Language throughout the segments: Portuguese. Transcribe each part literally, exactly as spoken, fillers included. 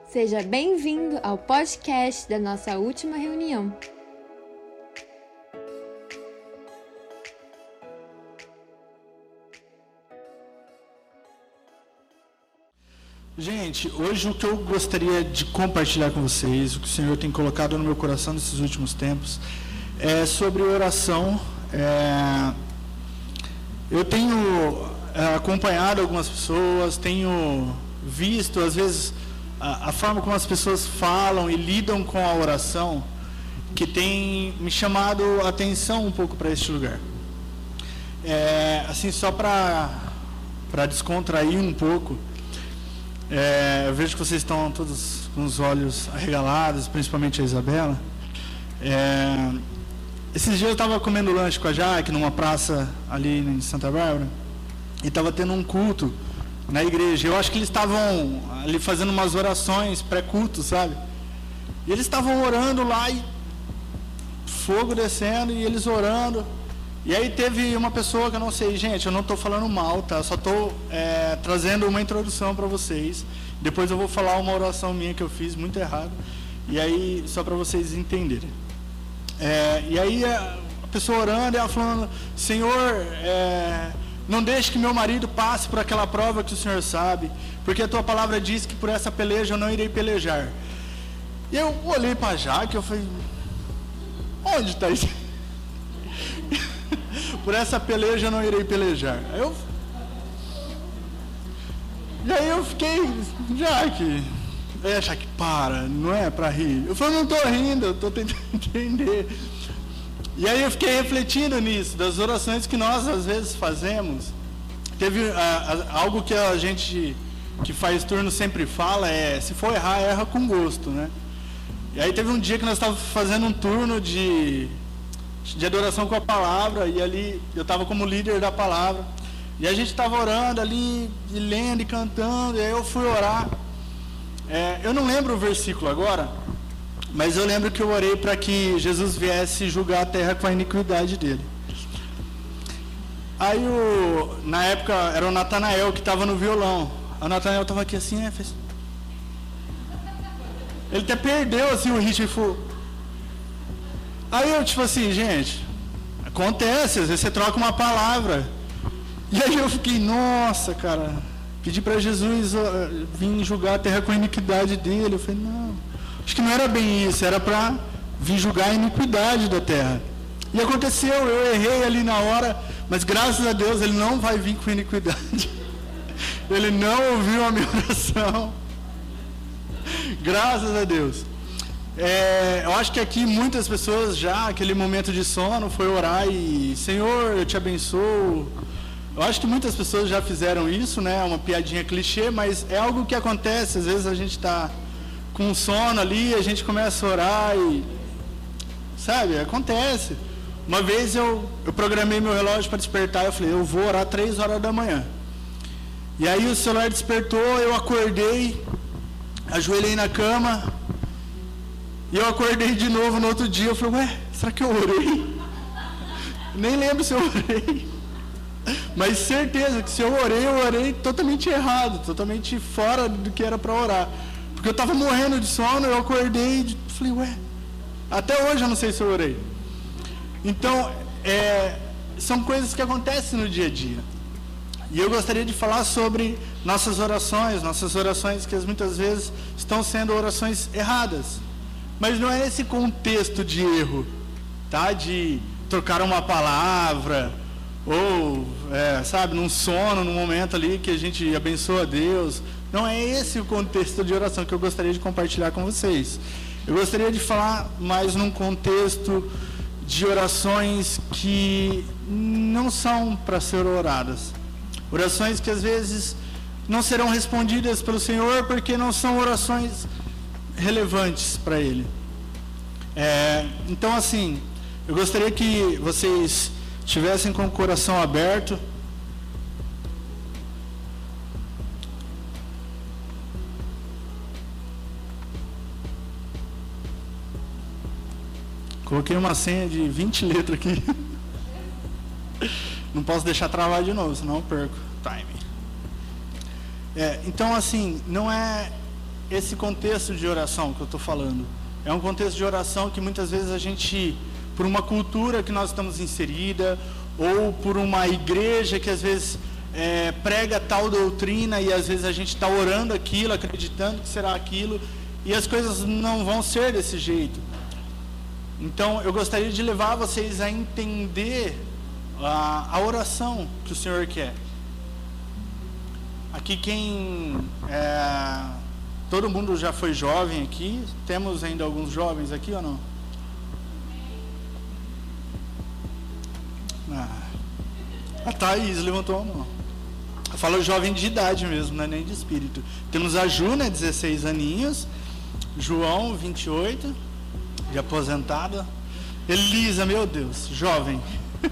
Seja bem-vindo ao podcast da nossa última reunião. Gente, hoje o que eu gostaria de compartilhar com vocês, o que o Senhor tem colocado no meu coração nesses últimos tempos, é sobre oração. É... Eu tenho é, acompanhado algumas pessoas, tenho visto, às vezes, a, a forma como as pessoas falam e lidam com a oração, que tem me chamado a atenção um pouco para este lugar. É, assim, só para para descontrair um pouco, é, eu vejo que vocês estão todos com os olhos arregalados, principalmente a Isabela. É, esses dias eu estava comendo lanche com a Jaque numa praça ali em Santa Bárbara, e estava tendo um culto na igreja. Eu acho que eles estavam ali fazendo umas orações pré-culto, sabe? E eles estavam orando lá, e fogo descendo, e eles orando. E aí teve uma pessoa que eu não sei, gente, eu não estou falando mal, tá? Só estou é, trazendo uma introdução para vocês. Depois eu vou falar uma oração minha que eu fiz muito errado. E aí, só para vocês entenderem. É, e aí a pessoa orando, e ela falando: Senhor, é, não deixe que meu marido passe por aquela prova que o Senhor sabe, porque a tua palavra diz que por essa peleja eu não irei pelejar. E eu olhei para a Jaque e eu falei: onde está isso? Por essa peleja eu não irei pelejar. Aí eu, e aí eu fiquei: Jaque, é, Jaque, para, não é para rir. Eu falei: não estou rindo, eu estou tentando entender. E aí eu fiquei refletindo nisso, das orações que nós às vezes fazemos. Teve a, a, algo que a gente que faz turno sempre fala, é: se for errar, erra com gosto, né? E aí teve um dia que nós estávamos fazendo um turno de de adoração com a palavra, e ali eu estava como líder da palavra, e a gente estava orando ali, e lendo e cantando, e aí eu fui orar. É, eu não lembro o versículo agora, mas eu lembro que eu orei para que Jesus viesse julgar a terra com a iniquidade dele. Aí, o, na época, era o Natanael que estava no violão. O Natanael estava aqui assim, né, fez... ele até perdeu assim, o ritmo e foi... Aí eu, tipo assim, gente, acontece, às vezes você troca uma palavra. E aí eu fiquei: nossa, cara, pedi para Jesus uh, vir julgar a terra com a iniquidade dele. Eu falei: não, acho que não era bem isso, era para vir julgar a iniquidade da terra. E aconteceu, eu errei ali na hora, mas graças a Deus ele não vai vir com iniquidade. Ele não ouviu a minha oração. Graças a Deus. É, eu acho que aqui muitas pessoas já, aquele momento de sono, foi orar e: Senhor, eu te abençoo. Eu acho que muitas pessoas já fizeram isso, né? Uma piadinha clichê, mas é algo que acontece. Às vezes a gente está com sono ali, a gente começa a orar e... sabe, acontece. Uma vez eu, eu programei meu relógio para despertar, eu falei: eu vou orar três horas da manhã. E aí o celular despertou, eu acordei, ajoelhei na cama, e eu acordei de novo no outro dia. Eu falei: ué, será que eu orei? Nem lembro se eu orei. Mas certeza que se eu orei, eu orei totalmente errado, totalmente fora do que era para orar. Porque eu estava morrendo de sono, eu acordei e falei: ué, até hoje eu não sei se eu orei. Então, é, são coisas que acontecem no dia a dia. E eu gostaria de falar sobre nossas orações, nossas orações que muitas vezes estão sendo orações erradas. Mas não é nesse contexto de erro, tá? De trocar uma palavra, ou, é, sabe, num sono, num momento ali que a gente abençoa a Deus. Não é esse o contexto de oração que eu gostaria de compartilhar com vocês. Eu gostaria de falar mais num contexto de orações que não são para ser oradas. Orações que às vezes não serão respondidas pelo Senhor porque não são orações relevantes para Ele. É, então, assim, eu gostaria que vocês estivessem com o coração aberto. Coloquei uma senha de vinte letras aqui. Não posso deixar travar de novo, senão eu perco o timing. É, então, assim, não é esse contexto de oração que eu estou falando. É um contexto de oração que muitas vezes a gente, por uma cultura que nós estamos inserida, ou por uma igreja que às vezes é, prega tal doutrina e às vezes a gente está orando aquilo, acreditando que será aquilo, e as coisas não vão ser desse jeito. Então eu gostaria de levar vocês a entender a, a oração que o Senhor quer. Aqui quem... É, todo mundo já foi jovem aqui? Temos ainda alguns jovens aqui ou não? Ah, a Thaís levantou a mão. Eu falo jovem de idade mesmo, não é nem de espírito. Temos a Ju, né, dezesseis aninhos. João, vinte e oito, de aposentada. Elisa, meu Deus, jovem.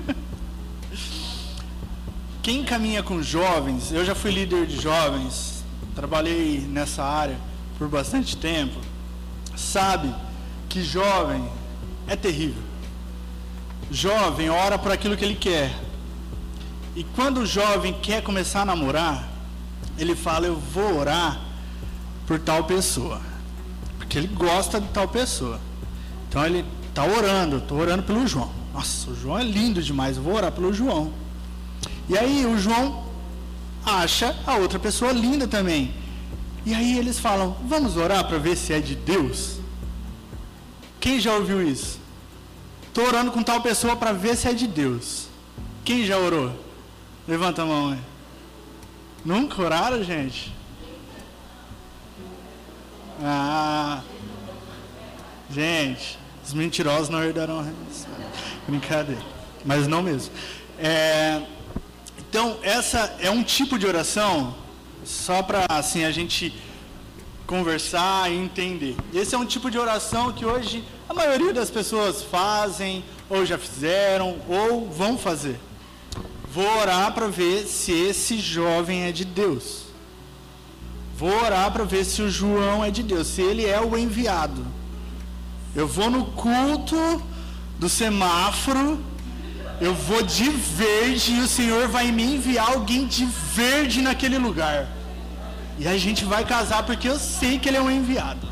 Quem caminha com jovens, eu já fui líder de jovens, trabalhei nessa área por bastante tempo, sabe que jovem é terrível. Jovem ora por aquilo que ele quer. E quando o jovem quer começar a namorar, ele fala, eu vou orar por tal pessoa, porque ele gosta de tal pessoa. Então ele está orando, estou orando pelo João. Nossa, o João é lindo demais, eu vou orar pelo João. E aí o João acha a outra pessoa linda também. E aí eles falam, vamos orar para ver se é de Deus? Quem já ouviu isso? Estou orando com tal pessoa para ver se é de Deus. Quem já orou? Levanta a mão aí. Nunca oraram, gente? Ah, gente, os mentirosos não herdarão a herança. Brincadeira, mas não mesmo. É, então, essa é um tipo de oração, só para assim a gente conversar e entender. Esse é um tipo de oração que hoje a maioria das pessoas fazem, ou já fizeram, ou vão fazer. Vou orar para ver se esse jovem é de Deus. Vou orar para ver se o João é de Deus, se ele é o enviado. Eu vou no culto do semáforo, eu vou de verde e o Senhor vai me enviar alguém de verde naquele lugar. E a gente vai casar porque eu sei que ele é um enviado.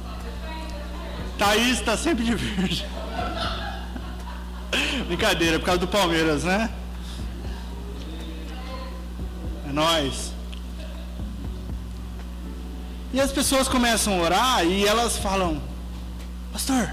Thaís está sempre de verde. Brincadeira, por causa do Palmeiras, né? É nóis. E as pessoas começam a orar e elas falam, pastor,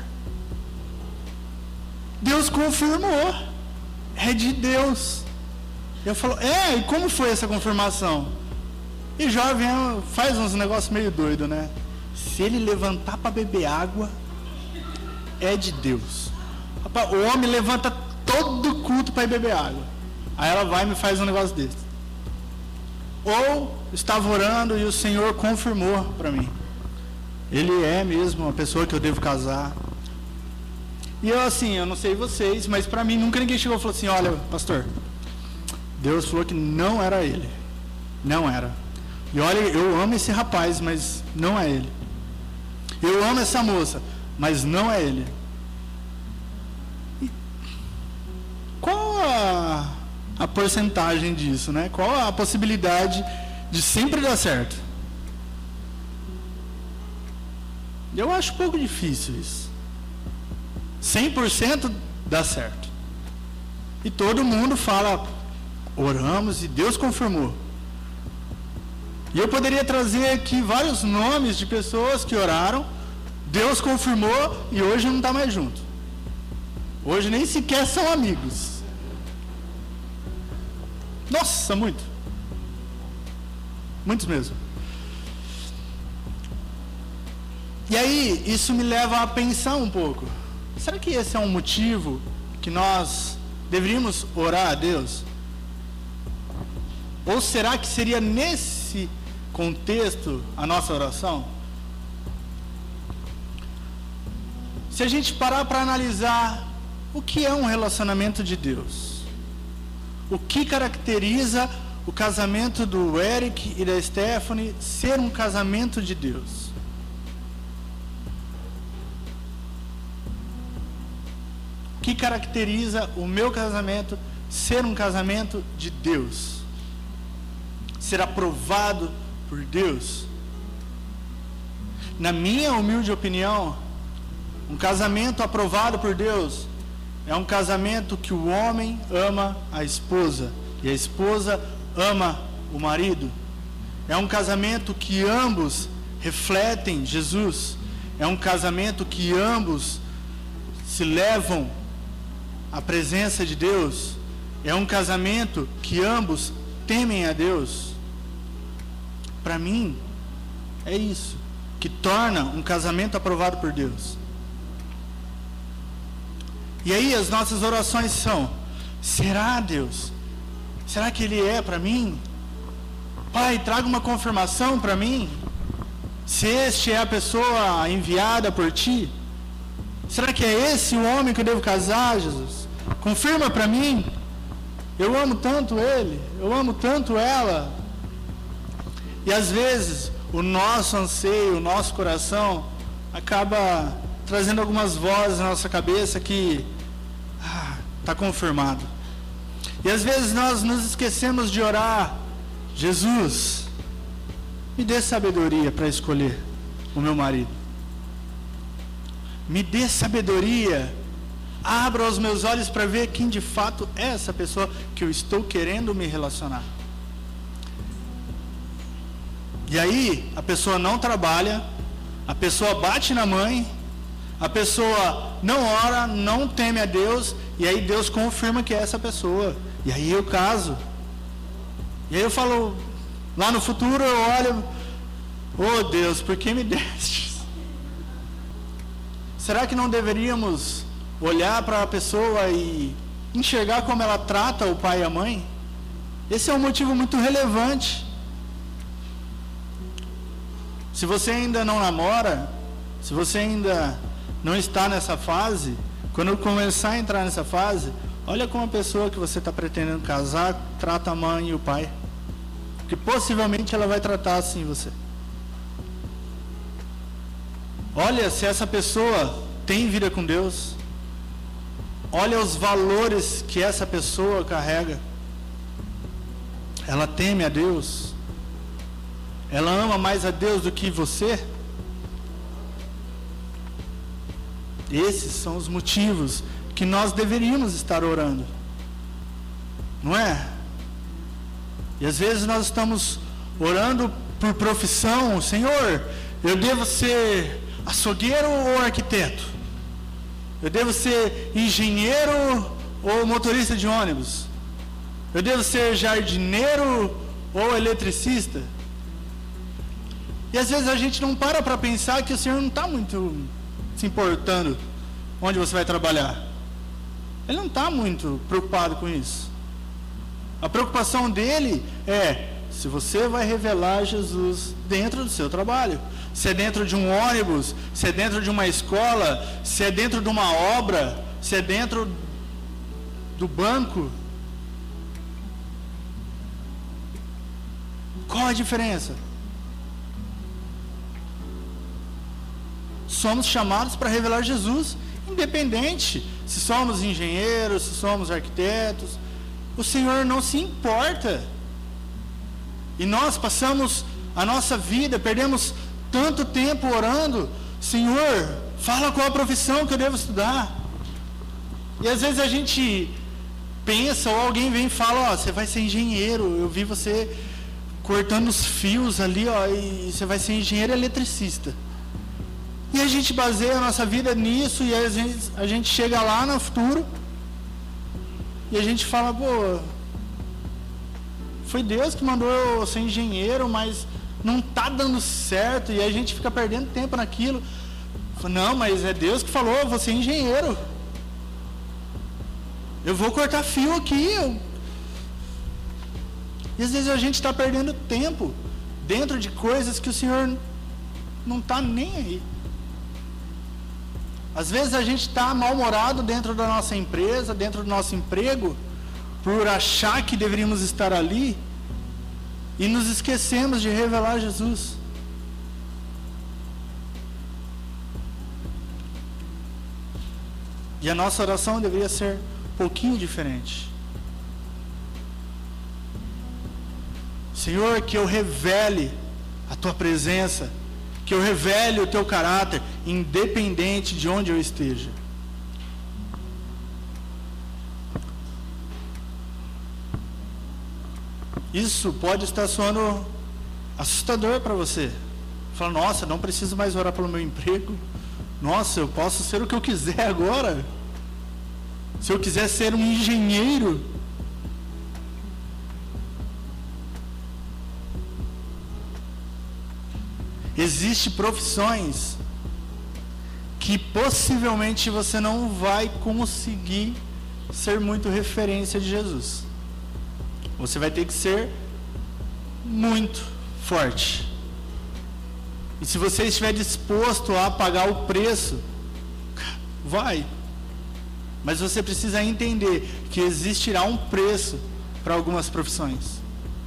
Deus confirmou, é de Deus. Eu falo, é, e como foi essa confirmação? E jovem faz uns negócios meio doido, né? Se ele levantar para beber água, é de Deus. O homem levanta todo culto para ir beber água. Aí ela vai e me faz um negócio desse. Ou estava orando e o Senhor confirmou para mim. Ele é mesmo uma pessoa que eu devo casar. E eu assim, eu não sei vocês, mas para mim nunca ninguém chegou e falou assim, olha, pastor, Deus falou que não era ele. Não era. E olha, eu amo esse rapaz, mas não é ele. Eu amo essa moça, mas não é ele. E qual a, a porcentagem disso, né? Qual a possibilidade de sempre dar certo? Eu acho um pouco difícil isso. cem por cento dá certo. E todo mundo fala, oramos e Deus confirmou. E eu poderia trazer aqui vários nomes de pessoas que oraram, Deus confirmou e hoje não está mais junto. Hoje nem sequer são amigos. Nossa, muito. Muitos mesmo. E aí, isso me leva a pensar um pouco. Será que esse é um motivo que nós deveríamos orar a Deus? Ou será que seria nesse contexto a nossa oração? Se a gente parar para analisar o que é um relacionamento de Deus, o que caracteriza o casamento do Eric e da Stephanie ser um casamento de Deus? O que caracteriza o meu casamento ser um casamento de Deus? Ser aprovado por Deus? na minha humilde opinião, um casamento aprovado por Deus é um casamento que o homem ama a esposa e a esposa ama o marido. É um casamento que ambos refletem Jesus. É um casamento que ambos se levam à presença de Deus. É um casamento que ambos temem a Deus. Para mim, é isso que torna um casamento aprovado por Deus. E aí as nossas orações são: será, Deus? Será que Ele é para mim? Pai, traga uma confirmação para mim. Se este é a pessoa enviada por Ti, será que é esse o homem que eu devo casar, Jesus? Confirma para mim. Eu amo tanto ele, eu amo tanto ela. E às vezes o nosso anseio, o nosso coração acaba trazendo algumas vozes na nossa cabeça que está ah, confirmado. E às vezes nós nos esquecemos de orar: Jesus, me dê sabedoria para escolher o meu marido. Me dê sabedoria. Abra os meus olhos para ver quem de fato é essa pessoa que eu estou querendo me relacionar. E aí, a pessoa não trabalha, a pessoa bate na mãe, a pessoa não ora, não teme a Deus, e aí Deus confirma que é essa pessoa. E aí eu caso. E aí eu falo, lá no futuro eu olho: oh Deus, por que me deste? Será que não deveríamos olhar para a pessoa e enxergar como ela trata o pai e a mãe? Esse é um motivo muito relevante. Se você ainda não namora, se você ainda não está nessa fase, quando começar a entrar nessa fase, olha como a pessoa que você está pretendendo casar trata a mãe e o pai, porque possivelmente ela vai tratar assim você. Olha se essa pessoa tem vida com Deus. Olha os valores que essa pessoa carrega. Ela teme a Deus. Ela ama mais a Deus do que você. Esses são os motivos que nós deveríamos estar orando, não é? E às vezes nós estamos orando por profissão: Senhor, eu devo ser açougueiro ou arquiteto? Eu devo ser engenheiro ou motorista de ônibus? Eu devo ser jardineiro ou eletricista? E às vezes a gente não para para pensar que o Senhor não está muito se importando onde você vai trabalhar. Ele não está muito preocupado com isso. A preocupação dele é se você vai revelar Jesus dentro do seu trabalho. Se é dentro de um ônibus, se é dentro de uma escola, se é dentro de uma obra, se é dentro do banco. Qual a diferença? Somos chamados para revelar Jesus, independente se somos engenheiros, se somos arquitetos. O Senhor não se importa. E nós passamos a nossa vida, perdemos tanto tempo orando: Senhor, fala qual a profissão que eu devo estudar. E às vezes a gente pensa, ou alguém vem e fala: ó, oh, você vai ser engenheiro, eu vi você cortando os fios ali, ó, e você vai ser engenheiro eletricista. E a gente baseia a nossa vida nisso, e às vezes a gente chega lá no futuro e a gente fala: pô, foi Deus que mandou eu ser engenheiro, mas não está dando certo, e a gente fica perdendo tempo naquilo. Não, mas é Deus que falou: eu vou ser engenheiro, eu vou cortar fio aqui. Eu... E às vezes a gente está perdendo tempo dentro de coisas que o Senhor não está nem aí. Às vezes a gente está mal-humorado dentro da nossa empresa, dentro do nosso emprego, por achar que deveríamos estar ali, e nos esquecemos de revelar Jesus. E a nossa oração deveria ser um pouquinho diferente. Senhor, que eu revele a Tua presença que eu revele o teu caráter, independente de onde eu esteja. Isso pode estar soando assustador para você. Fala, nossa, não preciso mais orar pelo meu emprego. Nossa, eu posso ser o que eu quiser agora. Se eu quiser ser um engenheiro. Existem profissões que possivelmente você não vai conseguir ser muito referência de Jesus. Você vai ter que ser muito forte. E se você estiver disposto a pagar o preço, vai. Mas você precisa entender que existirá um preço para algumas profissões.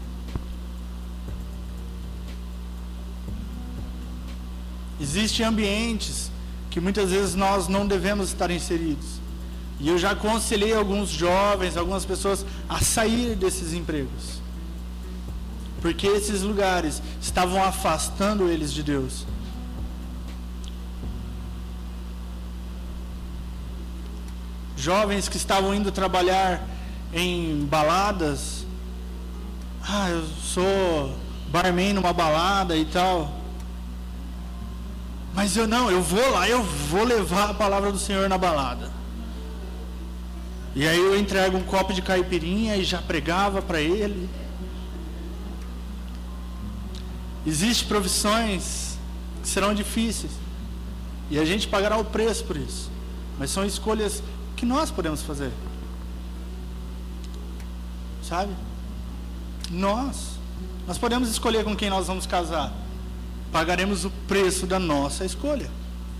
Existem ambientes que muitas vezes nós não devemos estar inseridos. E eu já aconselhei alguns jovens, algumas pessoas a sair desses empregos. Porque esses lugares estavam afastando eles de Deus. Jovens que estavam indo trabalhar em baladas. Ah, eu sou barman numa balada e tal. Mas eu não, eu vou lá, eu vou levar a palavra do Senhor na balada. E aí eu entrego um copo de caipirinha e já pregava para ele. Existem profissões que serão difíceis. E a gente pagará o preço por isso. Mas são escolhas que nós podemos fazer. Sabe? Nós. Nós podemos escolher com quem nós vamos casar. Pagaremos o preço da nossa escolha.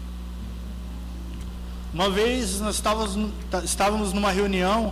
Uma vez nós estávamos, estávamos numa reunião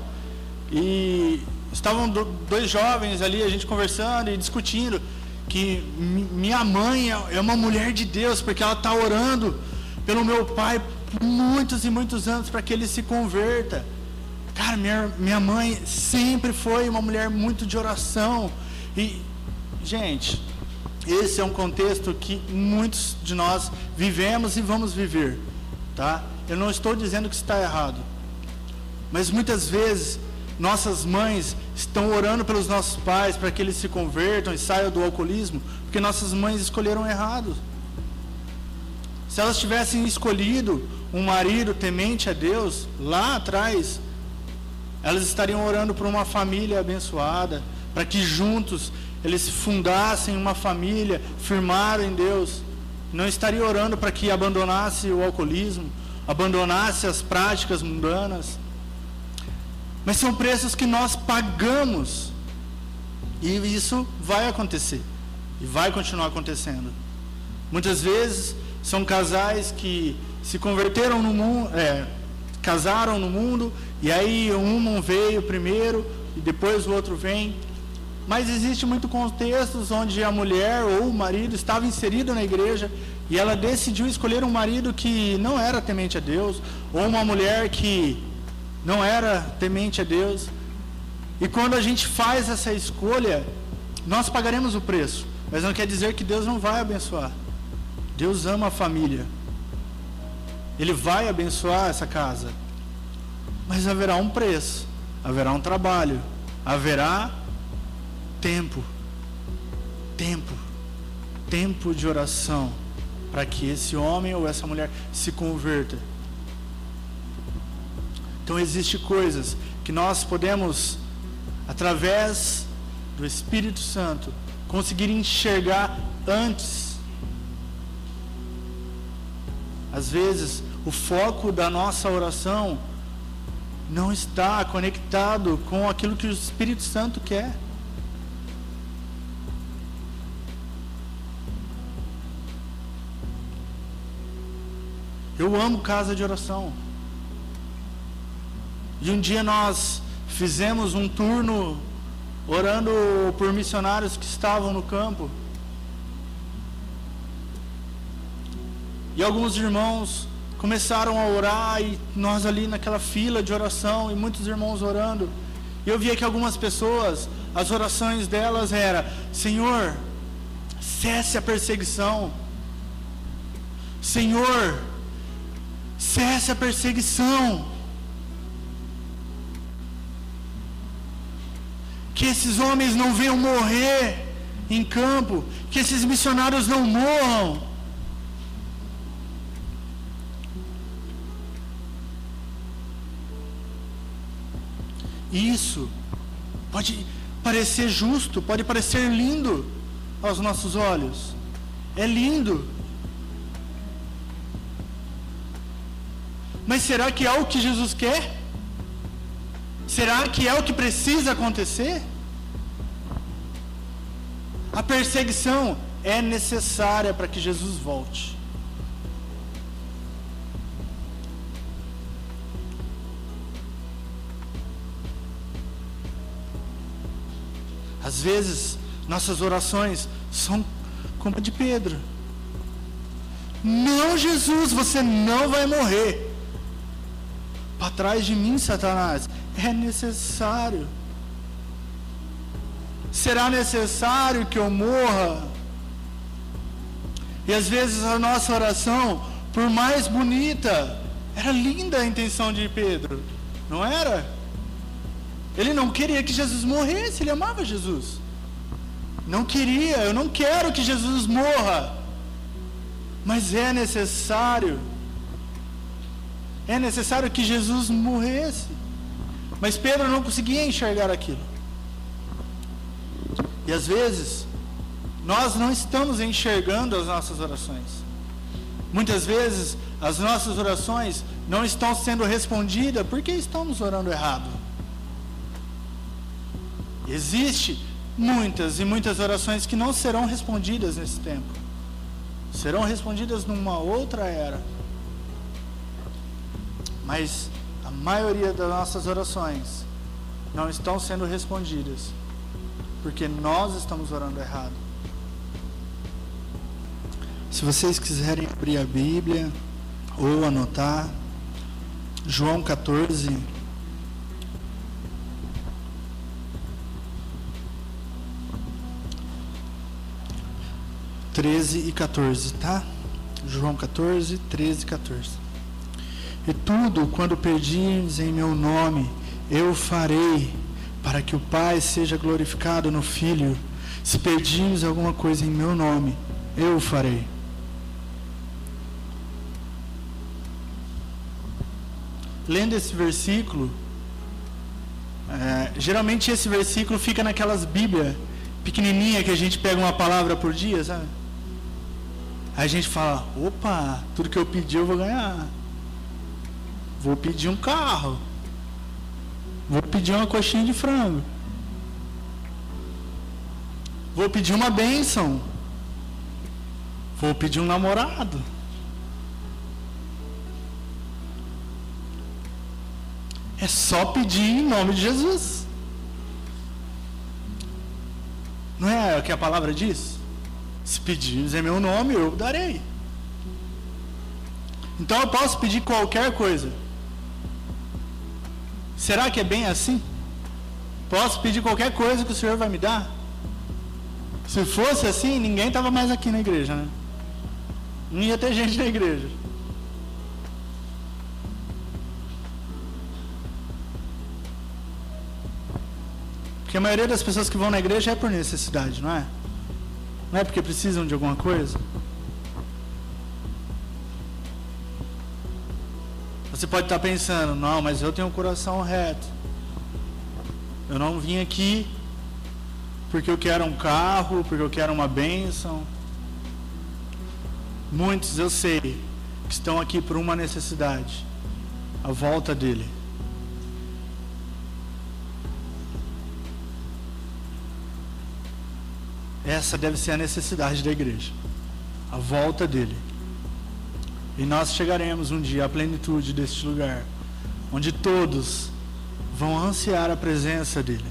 e estavam dois jovens ali, a gente conversando e discutindo que minha mãe é uma mulher de Deus, porque ela está orando pelo meu pai por muitos e muitos anos para que ele se converta. Cara, minha, minha mãe sempre foi uma mulher muito de oração. E, gente, esse é um contexto que muitos de nós vivemos e vamos viver, tá? Eu não estou dizendo que está errado, mas muitas vezes nossas mães estão orando pelos nossos pais para que eles se convertam e saiam do alcoolismo, porque nossas mães escolheram errado. Se elas tivessem escolhido um marido temente a Deus lá atrás, elas estariam orando por uma família abençoada, para que juntos eles fundassem uma família, firmaram em Deus. Não estaria orando para que abandonasse o alcoolismo, abandonasse as práticas mundanas. Mas são preços que nós pagamos. E isso vai acontecer. E vai continuar acontecendo. Muitas vezes são casais que se converteram no mundo, é, casaram no mundo, e aí um veio primeiro, e depois o outro vem. Mas existe muito contextos onde a mulher ou o marido estava inserido na igreja e ela decidiu escolher um marido que não era temente a Deus, ou uma mulher que não era temente a Deus. E quando a gente faz essa escolha, nós pagaremos o preço, mas não quer dizer que Deus não vai abençoar. Deus ama a família. Ele vai abençoar essa casa. Mas haverá um preço, haverá um trabalho, haverá tempo, tempo, tempo de oração, para que esse homem ou essa mulher se converta. Então existem coisas que nós podemos, através do Espírito Santo, conseguir enxergar antes. Às vezes, o foco da nossa oração não está conectado com aquilo que o Espírito Santo quer. Eu amo casa de oração. E um dia nós fizemos um turno orando por missionários que estavam no campo. E alguns irmãos começaram a orar, e nós ali naquela fila de oração, e muitos irmãos orando. E eu via que algumas pessoas, as orações delas era: Senhor, cesse a perseguição. Senhor, cesse a perseguição. Que esses homens não venham morrer em campo, que esses missionários não morram. Isso pode parecer justo, pode parecer lindo aos nossos olhos. É lindo. Mas será que é o que Jesus quer? Será que é o que precisa acontecer? A perseguição é necessária para que Jesus volte. Às vezes, nossas orações são como a de Pedro. Não, Jesus, você não vai morrer. Para trás de mim, Satanás. É necessário. Será necessário que eu morra? E às vezes a nossa oração, por mais bonita, era linda a intenção de Pedro, não era? Ele não queria que Jesus morresse, ele amava Jesus. Não queria, eu não quero que Jesus morra. Mas é necessário. É necessário que Jesus morresse. Mas Pedro não conseguia enxergar aquilo. E às vezes, nós não estamos enxergando as nossas orações. Muitas vezes, as nossas orações não estão sendo respondidas porque estamos orando errado. Existem muitas e muitas orações que não serão respondidas nesse tempo. Serão respondidas numa outra era. Mas a maioria das nossas orações não estão sendo respondidas porque nós estamos orando errado. Se vocês quiserem abrir a Bíblia ou anotar, João catorze, treze e catorze, tá? João catorze, treze e catorze. E tudo quando pedires em meu nome, eu farei, para que o Pai seja glorificado no Filho. Se pedires alguma coisa em meu nome, eu farei. Lendo esse versículo, é, geralmente esse versículo fica naquelas Bíblias pequenininha que a gente pega uma palavra por dia, sabe? Aí a gente fala, opa, tudo que eu pedir eu vou ganhar. Vou pedir um carro. Vou pedir uma coxinha de frango. Vou pedir uma bênção. Vou pedir um namorado. É só pedir em nome de Jesus. Não é o que a palavra diz? Se pedires em meu nome, eu darei. Então eu posso pedir qualquer coisa. Será que é bem assim? Posso pedir qualquer coisa que o Senhor vai me dar? Se fosse assim, ninguém estava mais aqui na igreja, né? Não ia ter gente na igreja. Porque a maioria das pessoas que vão na igreja é por necessidade, não é? Não é porque precisam de alguma coisa? Você pode estar pensando, não, mas eu tenho um coração reto. Eu não vim aqui porque eu quero um carro, porque eu quero uma bênção. Muitos, eu sei, que estão aqui por uma necessidade. A volta dele. Essa deve ser a necessidade da igreja. A volta dele. E nós chegaremos um dia à plenitude deste lugar, onde todos vão ansiar a presença dele.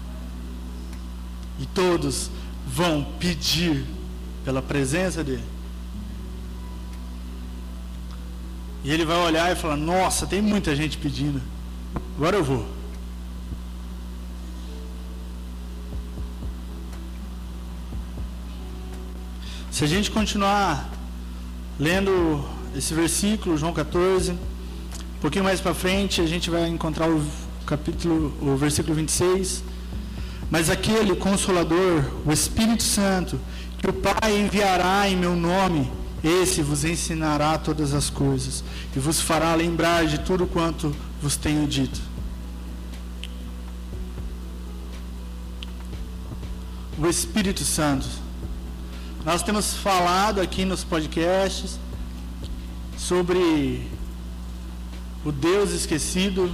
E todos vão pedir pela presença dele. E ele vai olhar e falar, nossa, tem muita gente pedindo. Agora eu vou. Se a gente continuar lendo esse versículo, João quatorze, um pouquinho mais para frente a gente vai encontrar o capítulo, o versículo vinte e seis. Mas aquele Consolador, o Espírito Santo, que o Pai enviará em meu nome, esse vos ensinará todas as coisas e vos fará lembrar de tudo quanto vos tenho dito. O Espírito Santo. Nós temos falado aqui nos podcasts sobre o Deus esquecido,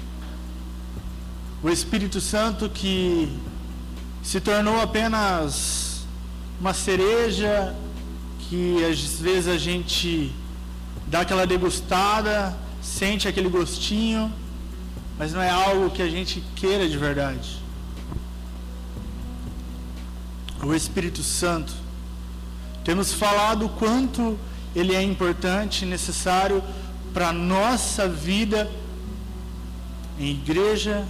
o Espírito Santo que se tornou apenas uma cereja que às vezes a gente dá aquela degustada, sente aquele gostinho, mas não é algo que a gente queira de verdade. O Espírito Santo, temos falado o quanto ele é importante e necessário para a nossa vida em igreja,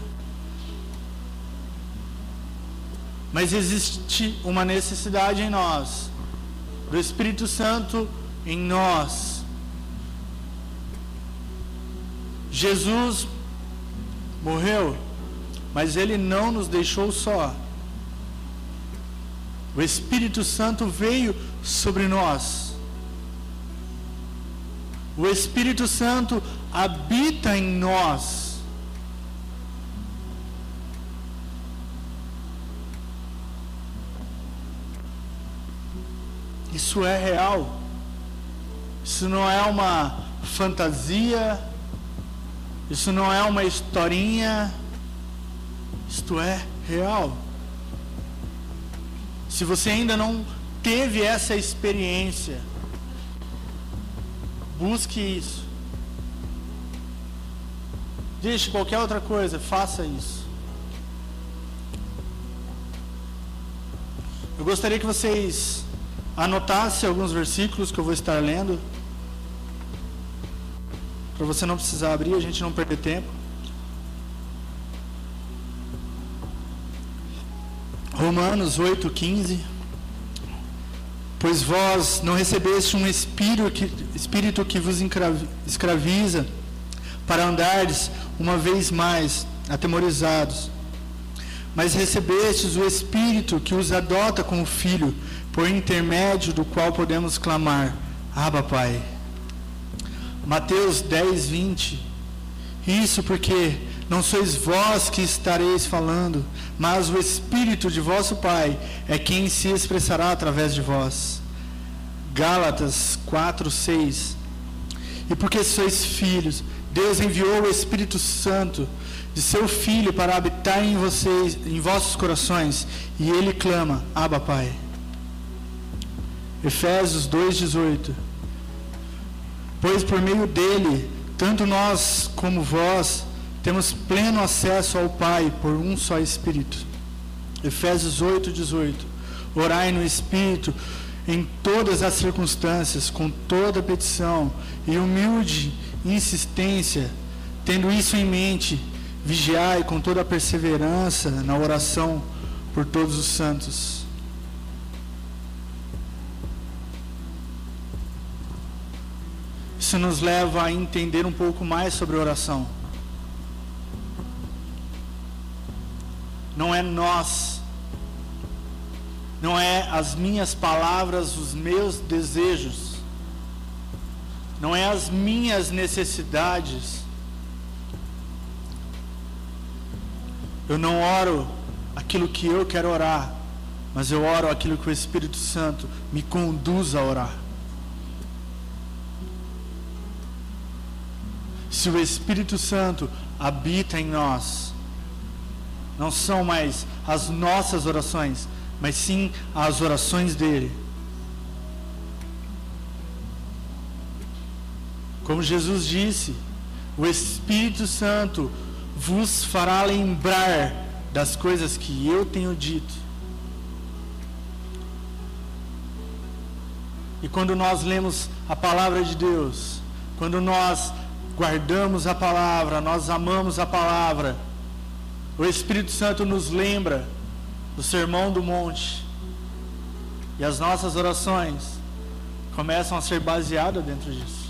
mas existe uma necessidade em nós, do Espírito Santo em nós. Jesus morreu, mas ele não nos deixou só. O Espírito Santo veio sobre nós. O Espírito Santo habita em nós. Isso é real. Isso não é uma fantasia. Isso não é uma historinha. Isto é real. Se você ainda não teve essa experiência, busque isso. Deixe qualquer outra coisa, faça isso. Eu gostaria que vocês anotassem alguns versículos que eu vou estar lendo, para você não precisar abrir, a gente não perder tempo. Romanos oito, quinze. Pois vós não recebeste um espírito que, espírito que vos escraviza, para andardes uma vez mais atemorizados, mas recebestes o Espírito que os adota como filho, por intermédio do qual podemos clamar, Abba, Pai. Mateus dez, vinte. Isso porque não sois vós que estareis falando, mas o Espírito de vosso Pai é quem se expressará através de vós. Gálatas quatro, seis. E porque sois filhos, Deus enviou o Espírito Santo de seu Filho para habitar em vocês, em vossos corações, e ele clama, Abba, Pai. Efésios dois, dezoito. Pois por meio dele, tanto nós como vós, temos pleno acesso ao Pai por um só Espírito. Efésios oito, dezoito. Orai no Espírito em todas as circunstâncias, com toda petição e humilde insistência, tendo isso em mente, vigiai com toda a perseverança na oração por todos os santos. Isso nos leva a entender um pouco mais sobre oração. Não é nós, não é as minhas palavras, os meus desejos, não é as minhas necessidades. Eu não oro aquilo que eu quero orar, mas eu oro aquilo que o Espírito Santo me conduz a orar. Se o Espírito Santo habita em nós, não são mais as nossas orações, mas sim as orações dele. Como Jesus disse, o Espírito Santo vos fará lembrar das coisas que eu tenho dito. E quando nós lemos a palavra de Deus, quando nós guardamos a palavra, nós amamos a palavra, o Espírito Santo nos lembra do Sermão do Monte. E as nossas orações começam a ser baseadas dentro disso.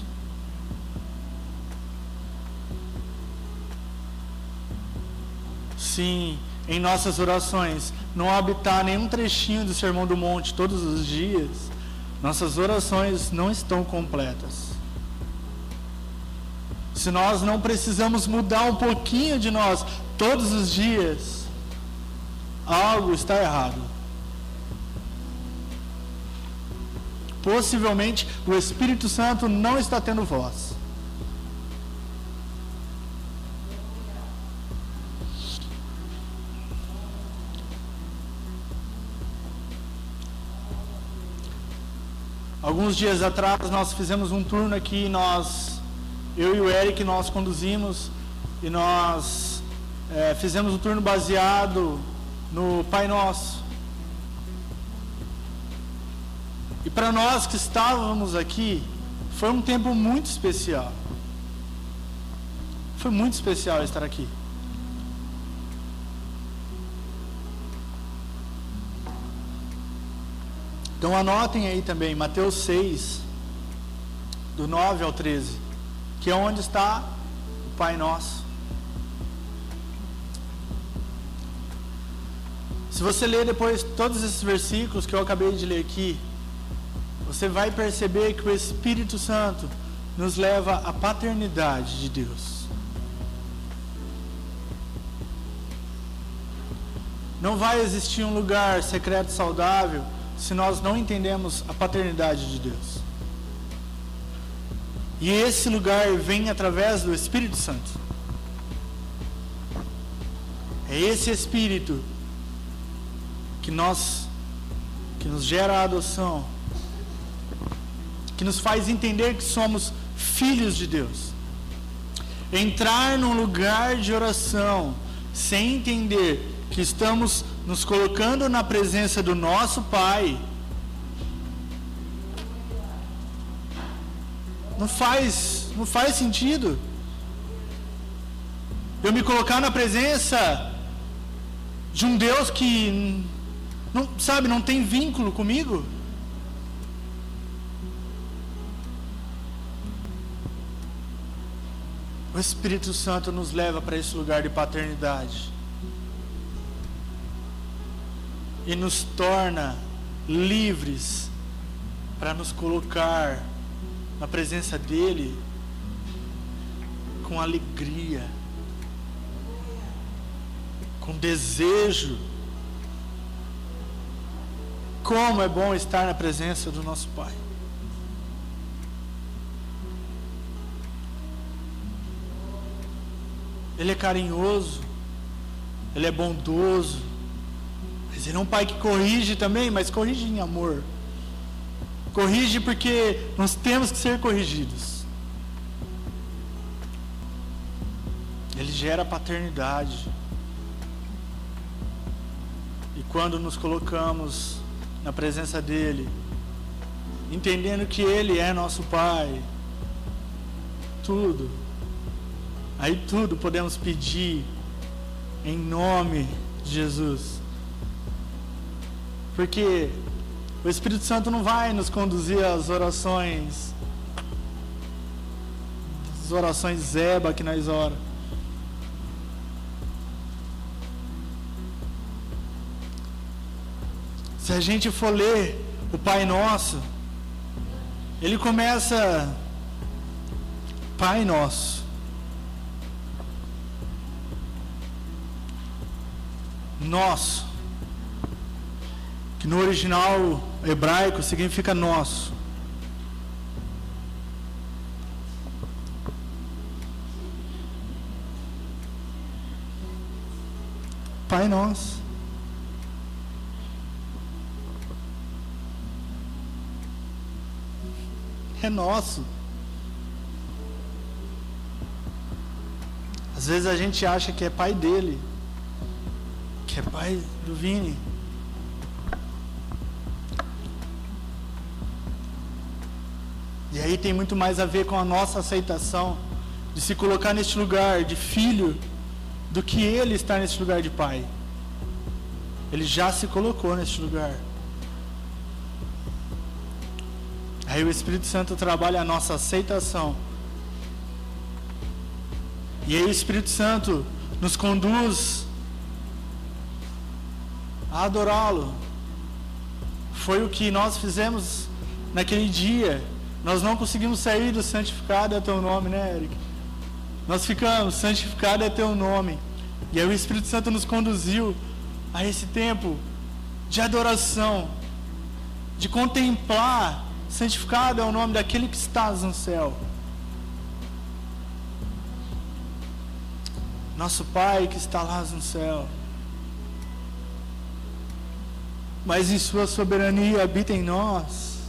Sim, em nossas orações, não habitar nenhum trechinho do Sermão do Monte todos os dias, nossas orações não estão completas. Se nós não precisamos mudar um pouquinho de nós todos os dias, algo está errado. Possivelmente o Espírito Santo não está tendo voz. Alguns dias atrás nós fizemos um turno aqui, nós, eu e o Eric, nós conduzimos e nós é, fizemos um turno baseado no Pai Nosso. E para nós que estávamos aqui, foi um tempo muito especial. Foi muito especial estar aqui. Então anotem aí também, Mateus seis, do nove ao treze, que é onde está o Pai Nosso. Se você ler depois todos esses versículos que eu acabei de ler aqui, você vai perceber que o Espírito Santo nos leva à paternidade de Deus. Não vai existir um lugar secreto saudável se nós não entendemos a paternidade de Deus. E esse lugar vem através do Espírito Santo. É esse Espírito que nós, que nos gera a adoção, que nos faz entender que somos filhos de Deus. Entrar num lugar de oração sem entender que estamos nos colocando na presença do nosso Pai, não faz, não faz sentido. Eu me colocar na presença de um Deus que não, sabe, não tem vínculo comigo. O Espírito Santo nos leva para esse lugar de paternidade e nos torna livres para nos colocar na presença dele com alegria, com desejo. Como é bom estar na presença do nosso Pai. Ele é carinhoso, ele é bondoso, mas ele é um Pai que corrige também, mas corrige em amor. Corrige porque nós temos que ser corrigidos. Ele gera paternidade. E quando nos colocamos na presença dele, entendendo que ele é nosso Pai, tudo, aí tudo podemos pedir em nome de Jesus. Porque o Espírito Santo não vai nos conduzir às orações, as orações zeba que nós oramos. Se a gente for ler o Pai Nosso, ele começa: Pai Nosso. Nosso, que no original hebraico significa nosso. Pai Nosso. É nosso. Às vezes a gente acha que é pai dele, que é pai do Vini. E aí tem muito mais a ver com a nossa aceitação de se colocar neste lugar de filho do que ele estar neste lugar de pai. Ele já se colocou neste lugar. Aí o Espírito Santo trabalha a nossa aceitação. E aí o Espírito Santo nos conduz a adorá-lo. Foi o que nós fizemos naquele dia. Nós não conseguimos sair do santificado é teu nome, né, Eric? Nós ficamos, santificado é teu nome. E aí o Espírito Santo nos conduziu a esse tempo de adoração, de contemplar. Santificado é o nome daquele que estás no céu. Nosso Pai que está lá no céu. Mas em sua soberania habita em nós.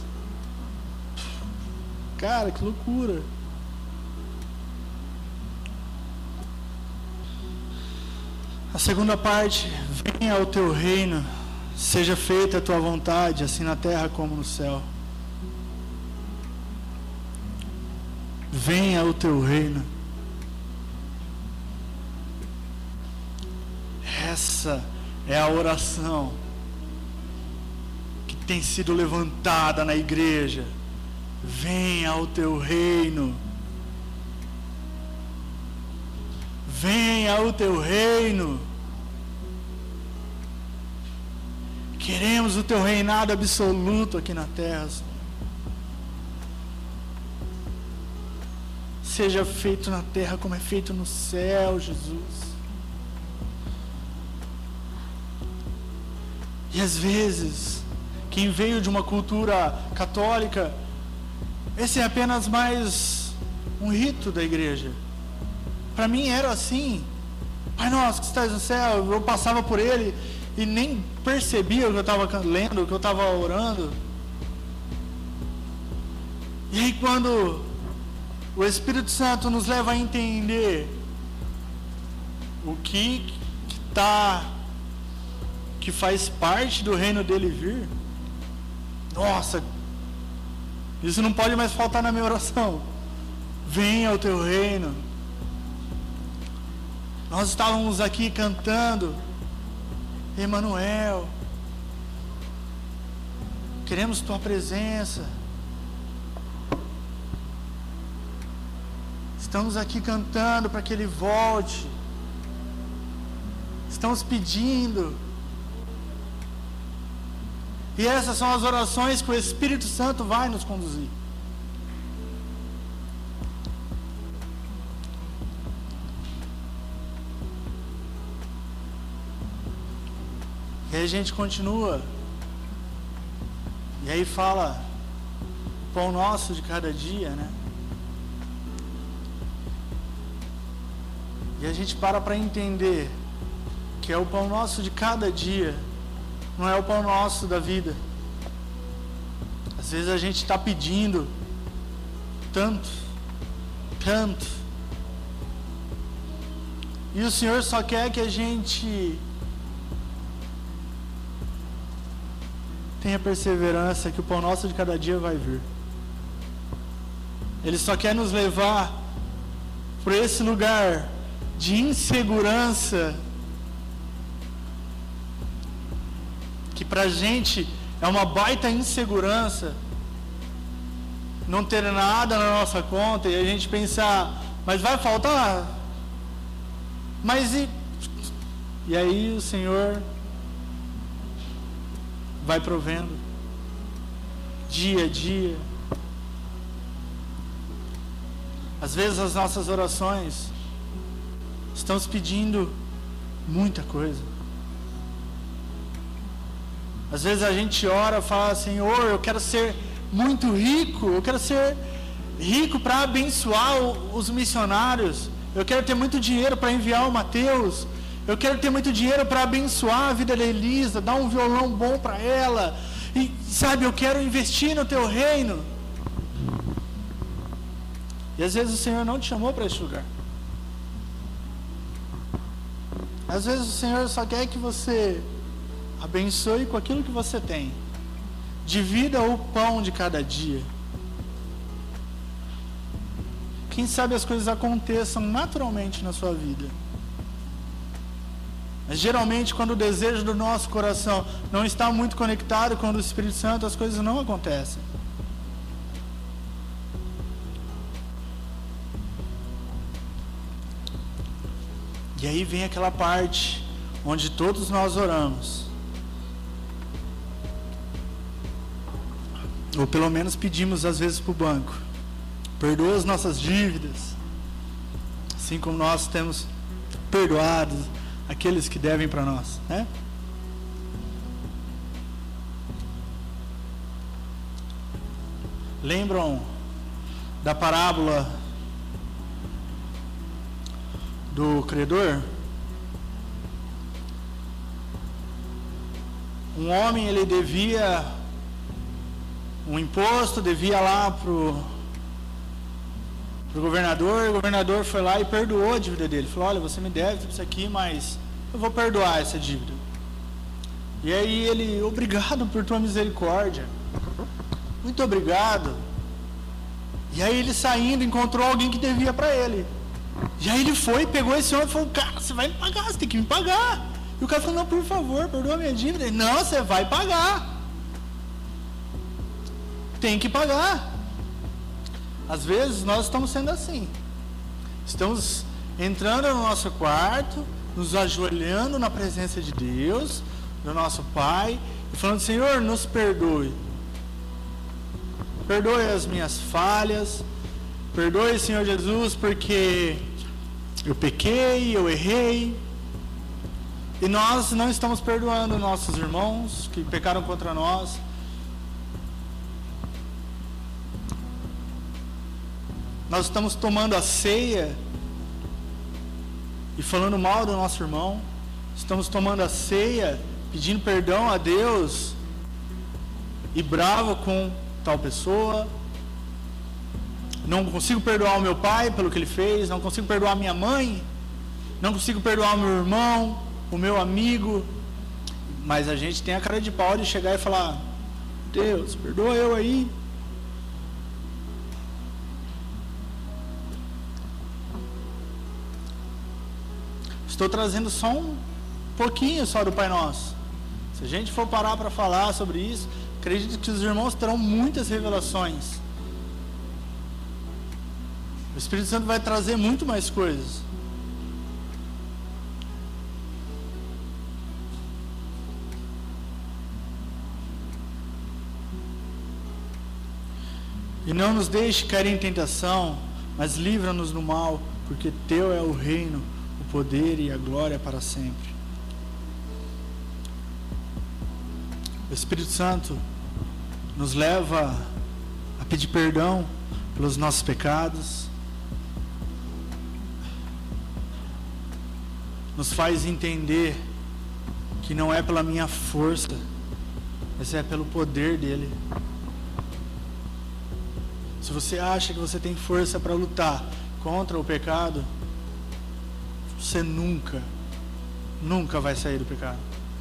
Cara, que loucura. A segunda parte, venha ao teu reino, seja feita a tua vontade, assim na terra como no céu. Venha ao teu reino. Essa é a oração que tem sido levantada na igreja. Venha ao teu reino. Venha ao teu reino. Queremos o teu reinado absoluto aqui na terra, Senhor. Seja feito na terra como é feito no céu, Jesus. E às vezes, quem veio de uma cultura católica, esse é apenas mais um rito da igreja. Para mim era assim. Pai nosso que estás no céu, eu passava por ele e nem percebia o que eu estava lendo, o que eu estava orando. E aí quando o Espírito Santo nos leva a entender o que está, que faz parte do reino dele vir, nossa, isso não pode mais faltar na minha oração. Venha ao teu reino. Nós estávamos aqui cantando Emanuel, queremos tua presença. Estamos aqui cantando para que ele volte. Estamos pedindo. E essas são as orações que o Espírito Santo vai nos conduzir. E aí a gente continua. E aí fala, pão nosso de cada dia, né? E a gente para para entender que é o pão nosso de cada dia, não é o pão nosso da vida. Às vezes a gente está pedindo tanto, tanto, e o Senhor só quer que a gente tenha perseverança, que o pão nosso de cada dia vai vir. Ele só quer nos levar por esse lugar de insegurança, que pra gente é uma baita insegurança, não ter nada na nossa conta e a gente pensar, mas vai faltar? Mas e... E aí o Senhor vai provendo, dia a dia. Às vezes as nossas orações estamos pedindo muita coisa. Às vezes a gente ora e fala, Senhor, eu quero ser muito rico, eu quero ser rico para abençoar os missionários, eu quero ter muito dinheiro para enviar o Mateus, eu quero ter muito dinheiro para abençoar a vida da Elisa, dar um violão bom para ela, e sabe, eu quero investir no teu reino. E às vezes o Senhor não te chamou para esse lugar. Às vezes o Senhor só quer que você abençoe com aquilo que você tem. Divida o pão de cada dia. Quem sabe as coisas aconteçam naturalmente na sua vida. Mas geralmente quando o desejo do nosso coração não está muito conectado com o do Espírito Santo, as coisas não acontecem. E aí vem aquela parte onde todos nós oramos, ou pelo menos pedimos às vezes para o banco: perdoa as nossas dívidas, assim como nós temos perdoado aqueles que devem para nós, né? Lembram da parábola do credor? Um homem, ele devia um imposto, devia lá pro pro governador. O governador foi lá e perdoou a dívida dele. Falou: olha, você me deve tudo isso aqui, mas eu vou perdoar essa dívida. E aí ele: obrigado por tua misericórdia, muito obrigado. E aí ele, saindo, encontrou alguém que devia para ele. E aí ele foi, pegou esse homem e falou: cara, você vai me pagar, você tem que me pagar. E o cara falou: não, por favor, perdoa a minha dívida. Ele: não, você vai pagar, tem que pagar. Às vezes nós estamos sendo assim. Estamos entrando no nosso quarto, nos ajoelhando na presença de Deus, do nosso Pai, e falando: Senhor, nos perdoe. Perdoe as minhas falhas. Perdoe, Senhor Jesus, porque eu pequei, eu errei. E nós não estamos perdoando nossos irmãos que pecaram contra nós. Nós estamos tomando a ceia e falando mal do nosso irmão. Estamos tomando a ceia, pedindo perdão a Deus e bravo com tal pessoa. Não consigo perdoar o meu pai pelo que ele fez. Não consigo perdoar a minha mãe. Não consigo perdoar o meu irmão, o meu amigo. Mas a gente tem a cara de pau de chegar e falar: Deus, perdoa eu aí. Estou trazendo só um pouquinho só do Pai Nosso. Se a gente for parar para falar sobre isso, acredito que os irmãos terão muitas revelações. O Espírito Santo vai trazer muito mais coisas. E não nos deixe cair em tentação, mas livra-nos do mal, porque teu é o reino, o poder e a glória para sempre. O Espírito Santo nos leva a pedir perdão pelos nossos pecados, nos faz entender que não é pela minha força, mas é pelo poder dele. Se você acha que você tem força para lutar contra o pecado, você nunca, nunca vai sair do pecado.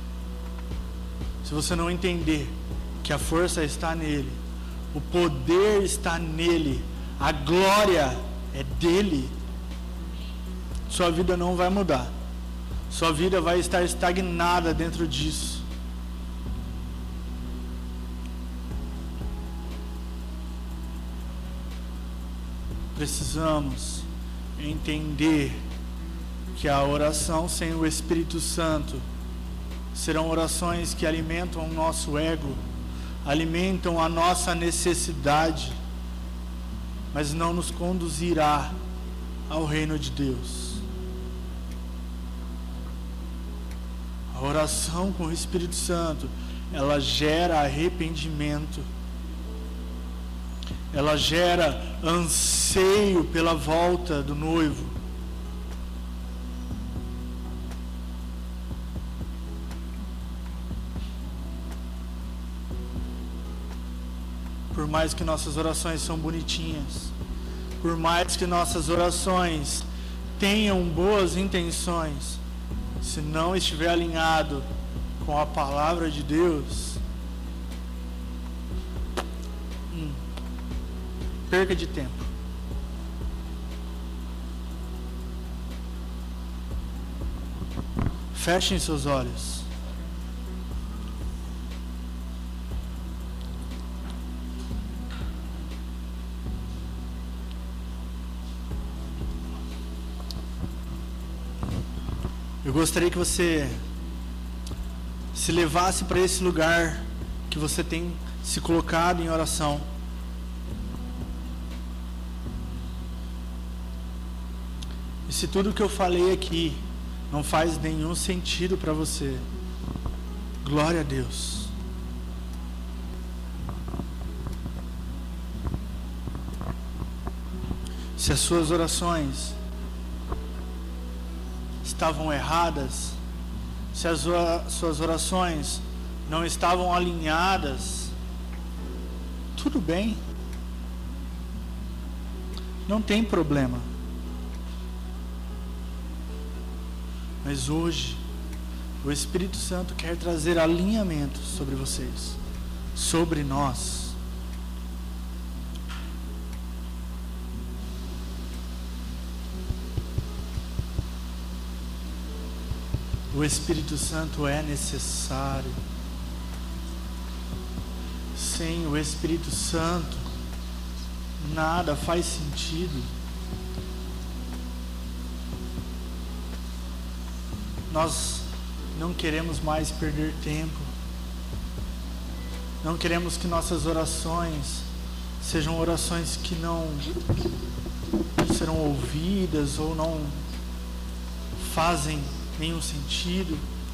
Se você não entender que a força está nele, o poder está nele, a glória é dele, sua vida não vai mudar. Sua vida vai estar estagnada dentro disso. Precisamos entender que a oração sem o Espírito Santo serão orações que alimentam o nosso ego, alimentam a nossa necessidade, mas não nos conduzirá ao reino de Deus. A oração com o Espírito Santo, ela gera arrependimento, ela gera anseio pela volta do noivo. Por mais que nossas orações são bonitinhas, por mais que nossas orações tenham boas intenções, se não estiver alinhado com a palavra de Deus, hum, perca de tempo. Fechem seus olhos. Eu gostaria que você se levasse para esse lugar que você tem se colocado em oração. E se tudo que eu falei aqui não faz nenhum sentido para você, glória a Deus. Se as suas orações estavam erradas, se as suas orações não estavam alinhadas, tudo bem, não tem problema. Mas hoje, o Espírito Santo quer trazer alinhamento sobre vocês, sobre nós. O Espírito Santo é necessário. Sem o Espírito Santo, nada faz sentido. Nós não queremos mais perder tempo. Não queremos que nossas orações sejam orações que não serão ouvidas ou não fazem nenhum sentido.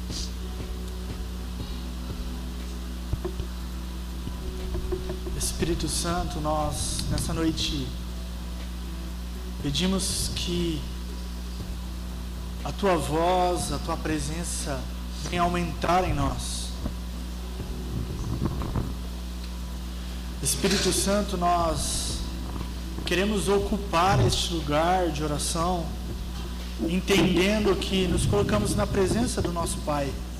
Espírito Santo, nós nessa noite pedimos que a tua voz, a tua presença venha aumentar em nós. Espírito Santo, nós queremos ocupar este lugar de oração, entendendo que nos colocamos na presença do nosso Pai.